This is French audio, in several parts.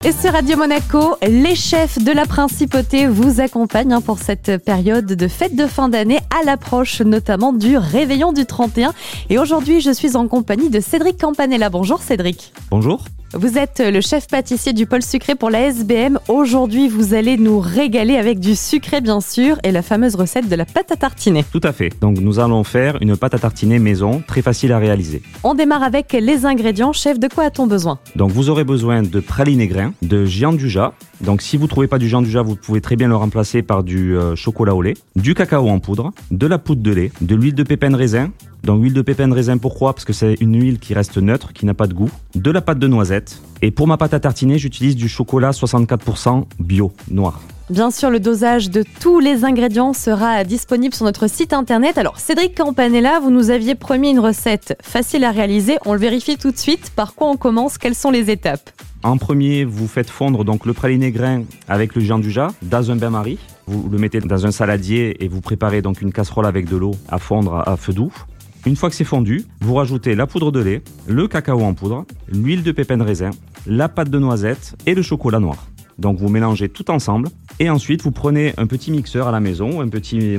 Et sur Radio Monaco, les chefs de la principauté vous accompagnent pour cette période de fête de fin d'année à l'approche notamment du réveillon du 31. Et aujourd'hui, je suis en compagnie de Cédric Campanella. Bonjour Cédric. Bonjour. Vous êtes le chef pâtissier du pôle sucré pour la SBM. Aujourd'hui, vous allez nous régaler avec du sucré bien sûr et la fameuse recette de la pâte à tartiner. Tout à fait. Donc nous allons faire une pâte à tartiner maison, très facile à réaliser. On démarre avec les ingrédients. Chef, de quoi a-t-on besoin ? Donc vous aurez besoin de pralines et grains, de gianduja. Donc si vous ne trouvez pas du gianduja, vous pouvez très bien le remplacer par du chocolat au lait, du cacao en poudre, de la poudre de lait, de l'huile de pépins de raisin. Donc huile de pépins de raisin, pourquoi ? Parce que c'est une huile qui reste neutre, qui n'a pas de goût. De la pâte de noisette. Et pour ma pâte à tartiner, j'utilise du chocolat 64% bio, noir. Bien sûr, le dosage de tous les ingrédients sera disponible sur notre site internet. Alors Cédric Campanella, vous nous aviez promis une recette facile à réaliser. On le vérifie tout de suite. Par quoi on commence ? Quelles sont les étapes ? En premier, vous faites fondre donc le praliné grain avec le gianduja dans un bain-marie. Vous le mettez dans un saladier et vous préparez donc une casserole avec de l'eau à fondre à feu doux. Une fois que c'est fondu, vous rajoutez la poudre de lait, le cacao en poudre, l'huile de pépins de raisin, la pâte de noisette et le chocolat noir. Donc vous mélangez tout ensemble et ensuite vous prenez un petit mixeur à la maison, un petit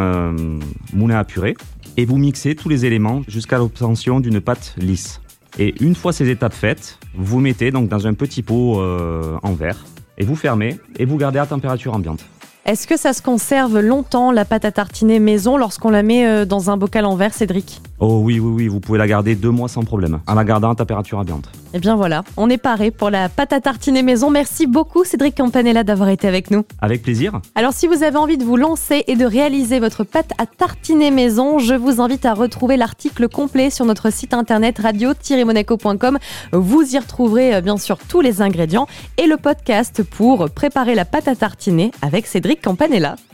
moulin à purée et vous mixez tous les éléments jusqu'à l'obtention d'une pâte lisse. Et une fois ces étapes faites, vous mettez donc dans un petit pot en verre et vous fermez et vous gardez à température ambiante. Est-ce que ça se conserve longtemps, la pâte à tartiner maison, lorsqu'on la met dans un bocal en verre, Cédric ? Oh oui, vous pouvez la garder 2 mois sans problème, en la gardant à température ambiante. Eh bien voilà, on est paré pour la pâte à tartiner maison. Merci beaucoup Cédric Campanella d'avoir été avec nous. Avec plaisir. Alors si vous avez envie de vous lancer et de réaliser votre pâte à tartiner maison, je vous invite à retrouver l'article complet sur notre site internet radio-monaco.com. Vous y retrouverez bien sûr tous les ingrédients et le podcast pour préparer la pâte à tartiner avec Cédric Campanella.